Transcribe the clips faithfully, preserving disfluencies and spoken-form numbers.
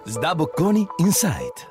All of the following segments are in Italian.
Sdabocconi Insight.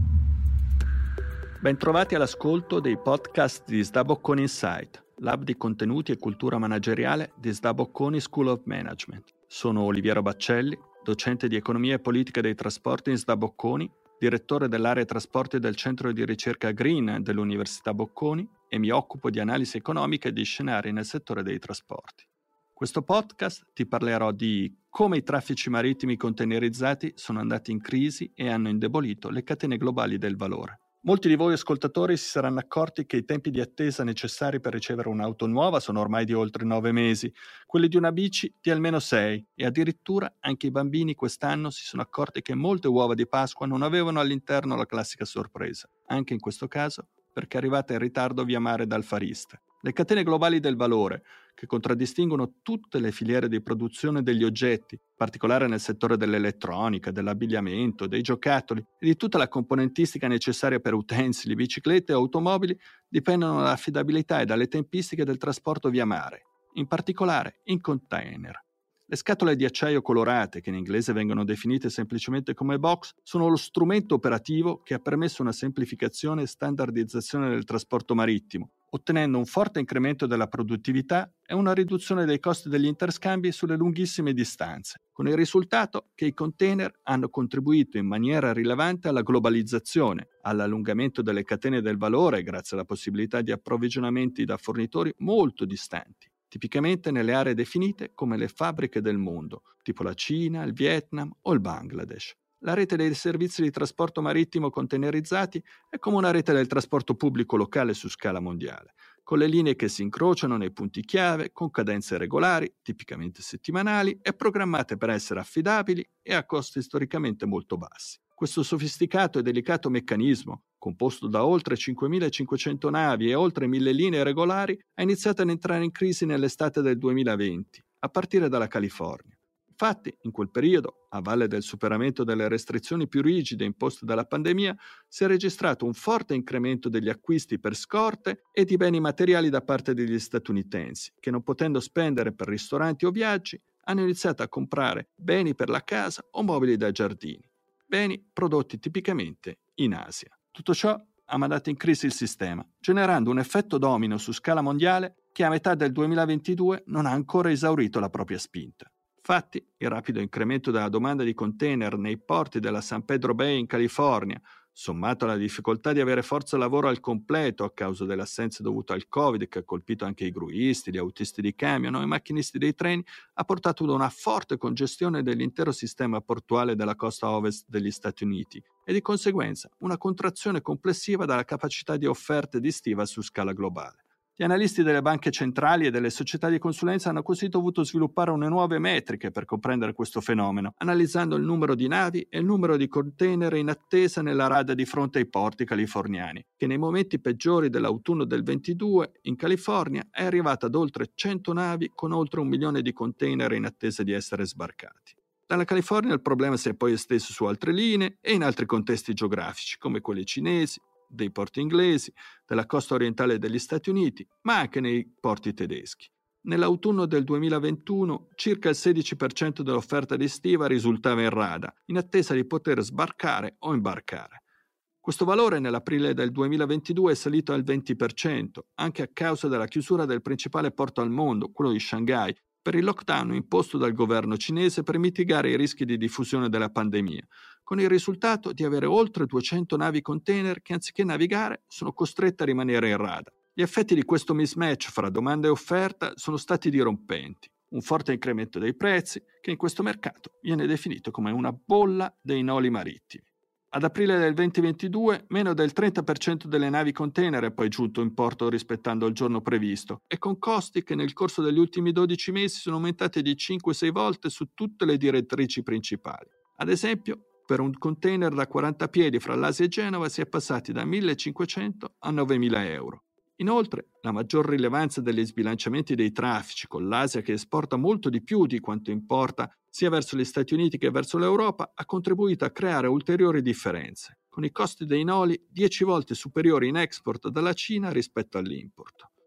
Bentrovati all'ascolto dei podcast di Sdabocconi Insight, lab di contenuti e cultura manageriale di Sdabocconi School of Management. Sono Oliviero Baccelli, docente di economia e politica dei trasporti in Sdabocconi, direttore dell'area trasporti del centro di ricerca Green dell'Università Bocconi e mi occupo di analisi economica e di scenari nel settore dei trasporti. Questo podcast ti parlerò di come i traffici marittimi containerizzati sono andati in crisi e hanno indebolito le catene globali del valore. Molti di voi ascoltatori si saranno accorti che i tempi di attesa necessari per ricevere un'auto nuova sono ormai di oltre nove mesi, quelli di una bici di almeno sei, e addirittura anche i bambini quest'anno si sono accorti che molte uova di Pasqua non avevano all'interno la classica sorpresa, anche in questo caso perché è arrivata in ritardo via mare dal Far East. Le catene globali del valore, che contraddistinguono tutte le filiere di produzione degli oggetti, in particolare nel settore dell'elettronica, dell'abbigliamento, dei giocattoli e di tutta la componentistica necessaria per utensili, biciclette e automobili, dipendono dall'affidabilità e dalle tempistiche del trasporto via mare, in particolare in container. Le scatole di acciaio colorate, che in inglese vengono definite semplicemente come box, sono lo strumento operativo che ha permesso una semplificazione e standardizzazione del trasporto marittimo, ottenendo un forte incremento della produttività e una riduzione dei costi degli interscambi sulle lunghissime distanze, con il risultato che i container hanno contribuito in maniera rilevante alla globalizzazione, all'allungamento delle catene del valore grazie alla possibilità di approvvigionamenti da fornitori molto distanti, tipicamente nelle aree definite come le fabbriche del mondo, tipo la Cina, il Vietnam o il Bangladesh. La rete dei servizi di trasporto marittimo containerizzati è come una rete del trasporto pubblico locale su scala mondiale, con le linee che si incrociano nei punti chiave, con cadenze regolari, tipicamente settimanali, e programmate per essere affidabili e a costi storicamente molto bassi. Questo sofisticato e delicato meccanismo, composto da oltre cinquemilacinquecento navi e oltre mille linee regolari, ha iniziato ad entrare in crisi nell'estate del duemilaventi, a partire dalla California. Infatti, in quel periodo, a valle del superamento delle restrizioni più rigide imposte dalla pandemia, si è registrato un forte incremento degli acquisti per scorte e di beni materiali da parte degli statunitensi, che non potendo spendere per ristoranti o viaggi, hanno iniziato a comprare beni per la casa o mobili da giardini, beni prodotti tipicamente in Asia. Tutto ciò ha mandato in crisi il sistema, generando un effetto domino su scala mondiale che a metà del duemilaventidue non ha ancora esaurito la propria spinta. Infatti, il rapido incremento della domanda di container nei porti della San Pedro Bay in California, sommato alla difficoltà di avere forza lavoro al completo a causa delle assenze dovute al Covid, che ha colpito anche i gruisti, gli autisti di camion o i macchinisti dei treni, ha portato ad una forte congestione dell'intero sistema portuale della costa ovest degli Stati Uniti e di conseguenza una contrazione complessiva della capacità di offerte di stiva su scala globale. Gli analisti delle banche centrali e delle società di consulenza hanno così dovuto sviluppare una nuove metriche per comprendere questo fenomeno, analizzando il numero di navi e il numero di container in attesa nella rada di fronte ai porti californiani, che nei momenti peggiori dell'autunno del ventidue in California è arrivata ad oltre cento navi con oltre un milione di container in attesa di essere sbarcati. Dalla California il problema si è poi esteso su altre linee e in altri contesti geografici, come quelli cinesi, dei porti inglesi, della costa orientale degli Stati Uniti, ma anche nei porti tedeschi. Nell'autunno del duemilaventuno circa il sedici per cento dell'offerta di stiva risultava in rada, in attesa di poter sbarcare o imbarcare. Questo valore nell'aprile del duemilaventidue è salito al venti per cento, anche a causa della chiusura del principale porto al mondo, quello di Shanghai, per il lockdown imposto dal governo cinese per mitigare i rischi di diffusione della pandemia, con il risultato di avere oltre duecento navi container che anziché navigare sono costrette a rimanere in rada. Gli effetti di questo mismatch fra domanda e offerta sono stati dirompenti. Un forte incremento dei prezzi che in questo mercato viene definito come una bolla dei noli marittimi. Ad aprile del duemilaventidue meno del trenta per cento delle navi container è poi giunto in porto rispettando il giorno previsto e con costi che nel corso degli ultimi dodici mesi sono aumentati di cinque sei volte su tutte le direttrici principali. Ad esempio, per un container da quaranta piedi fra l'Asia e Genova si è passati da millecinquecento a novemila euro. Inoltre, la maggior rilevanza degli sbilanciamenti dei traffici con l'Asia, che esporta molto di più di quanto importa sia verso gli Stati Uniti che verso l'Europa, ha contribuito a creare ulteriori differenze, con i costi dei noli dieci volte superiori in export dalla Cina rispetto all'import.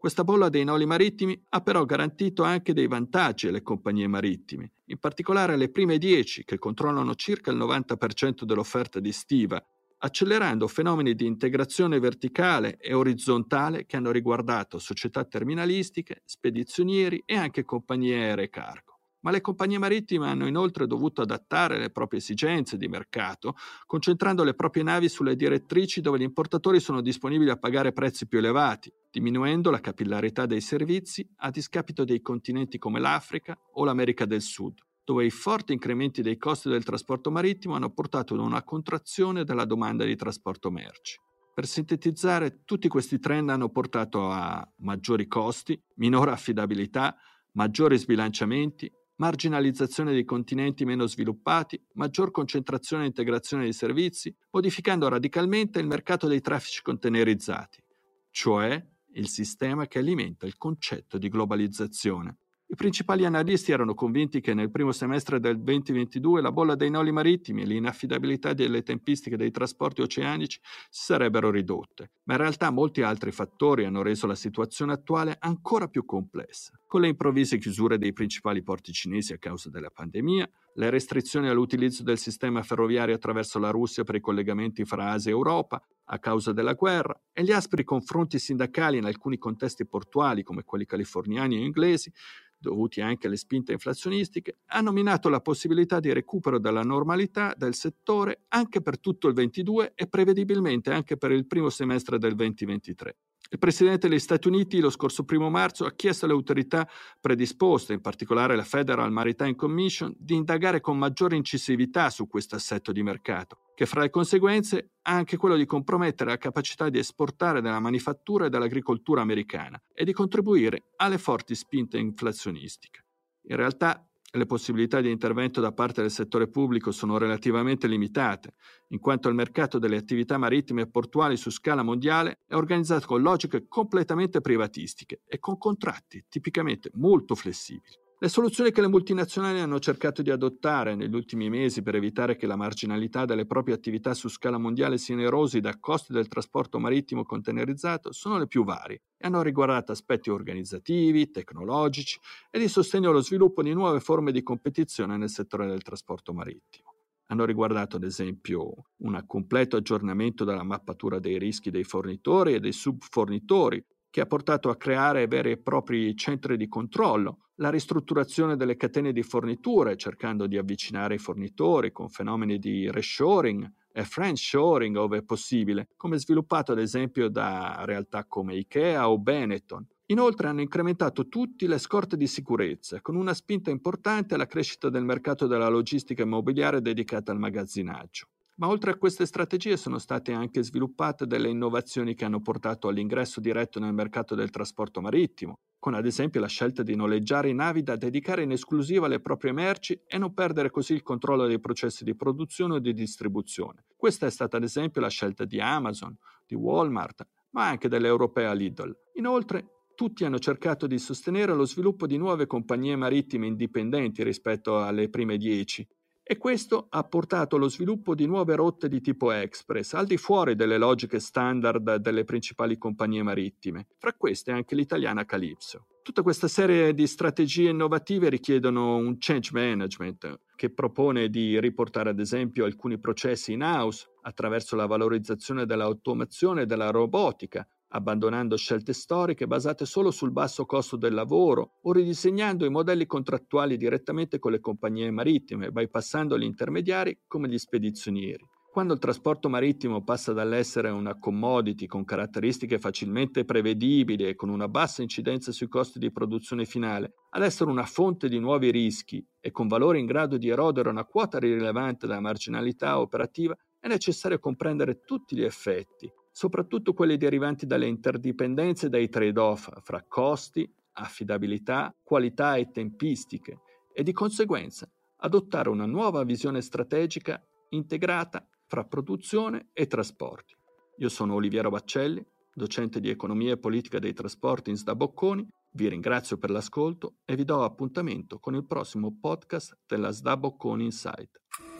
Questa bolla dei noli marittimi ha però garantito anche dei vantaggi alle compagnie marittime, in particolare alle prime dieci, che controllano circa il novanta per cento dell'offerta di stiva, accelerando fenomeni di integrazione verticale e orizzontale che hanno riguardato società terminalistiche, spedizionieri e anche compagnie aeree cargo. Ma le compagnie marittime hanno inoltre dovuto adattare le proprie esigenze di mercato, concentrando le proprie navi sulle direttrici dove gli importatori sono disponibili a pagare prezzi più elevati, diminuendo la capillarità dei servizi a discapito dei continenti come l'Africa o l'America del Sud, dove i forti incrementi dei costi del trasporto marittimo hanno portato ad una contrazione della domanda di trasporto merci. Per sintetizzare, tutti questi trend hanno portato a maggiori costi, minore affidabilità, maggiori sbilanciamenti, marginalizzazione dei continenti meno sviluppati, maggior concentrazione e integrazione dei servizi, modificando radicalmente il mercato dei traffici containerizzati, cioè il sistema che alimenta il concetto di globalizzazione. I principali analisti erano convinti che nel primo semestre del duemilaventidue la bolla dei noli marittimi e l'inaffidabilità delle tempistiche dei trasporti oceanici si sarebbero ridotte, ma in realtà molti altri fattori hanno reso la situazione attuale ancora più complessa. Con le improvvise chiusure dei principali porti cinesi a causa della pandemia, le restrizioni all'utilizzo del sistema ferroviario attraverso la Russia per i collegamenti fra Asia e Europa a causa della guerra e gli aspri confronti sindacali in alcuni contesti portuali come quelli californiani e inglesi, dovuti anche alle spinte inflazionistiche, hanno minato la possibilità di recupero della normalità del settore anche per tutto il ventidue e prevedibilmente anche per il primo semestre del duemilaventitré. Il Presidente degli Stati Uniti lo scorso primo marzo ha chiesto alle autorità predisposte, in particolare la Federal Maritime Commission, di indagare con maggiore incisività su questo assetto di mercato, che fra le conseguenze ha anche quello di compromettere la capacità di esportare della manifattura e dell'agricoltura americana e di contribuire alle forti spinte inflazionistiche. In realtà, le possibilità di intervento da parte del settore pubblico sono relativamente limitate, in quanto il mercato delle attività marittime e portuali su scala mondiale è organizzato con logiche completamente privatistiche e con contratti tipicamente molto flessibili. Le soluzioni che le multinazionali hanno cercato di adottare negli ultimi mesi per evitare che la marginalità delle proprie attività su scala mondiale siano erosi da costi del trasporto marittimo containerizzato sono le più varie e hanno riguardato aspetti organizzativi, tecnologici e di sostegno allo sviluppo di nuove forme di competizione nel settore del trasporto marittimo. Hanno riguardato ad esempio un completo aggiornamento della mappatura dei rischi dei fornitori e dei subfornitori, che ha portato a creare veri e propri centri di controllo, la ristrutturazione delle catene di forniture, cercando di avvicinare i fornitori con fenomeni di reshoring e friendshoring ove è possibile, come sviluppato ad esempio da realtà come IKEA o Benetton. Inoltre hanno incrementato tutti le scorte di sicurezza, con una spinta importante alla crescita del mercato della logistica immobiliare dedicata al magazzinaggio. Ma oltre a queste strategie sono state anche sviluppate delle innovazioni che hanno portato all'ingresso diretto nel mercato del trasporto marittimo, con ad esempio la scelta di noleggiare navi da dedicare in esclusiva alle proprie merci e non perdere così il controllo dei processi di produzione o di distribuzione. Questa è stata ad esempio la scelta di Amazon, di Walmart, ma anche dell'europea Lidl. Inoltre, tutti hanno cercato di sostenere lo sviluppo di nuove compagnie marittime indipendenti rispetto alle prime dieci, e questo ha portato allo sviluppo di nuove rotte di tipo express, al di fuori delle logiche standard delle principali compagnie marittime, fra queste anche l'italiana Calypso. Tutta questa serie di strategie innovative richiedono un change management che propone di riportare ad esempio alcuni processi in-house attraverso la valorizzazione dell'automazione e della robotica, abbandonando scelte storiche basate solo sul basso costo del lavoro o ridisegnando i modelli contrattuali direttamente con le compagnie marittime, bypassando gli intermediari come gli spedizionieri. Quando il trasporto marittimo passa dall'essere una commodity con caratteristiche facilmente prevedibili e con una bassa incidenza sui costi di produzione finale, ad essere una fonte di nuovi rischi e con valore in grado di erodere una quota rilevante della marginalità operativa, è necessario comprendere tutti gli effetti, soprattutto quelli derivanti dalle interdipendenze e dai trade-off fra costi, affidabilità, qualità e tempistiche e di conseguenza adottare una nuova visione strategica integrata fra produzione e trasporti. Io sono Oliviero Baccelli, docente di Economia e Politica dei Trasporti in S D A Bocconi, vi ringrazio per l'ascolto e vi do appuntamento con il prossimo podcast della S D A Bocconi Insight.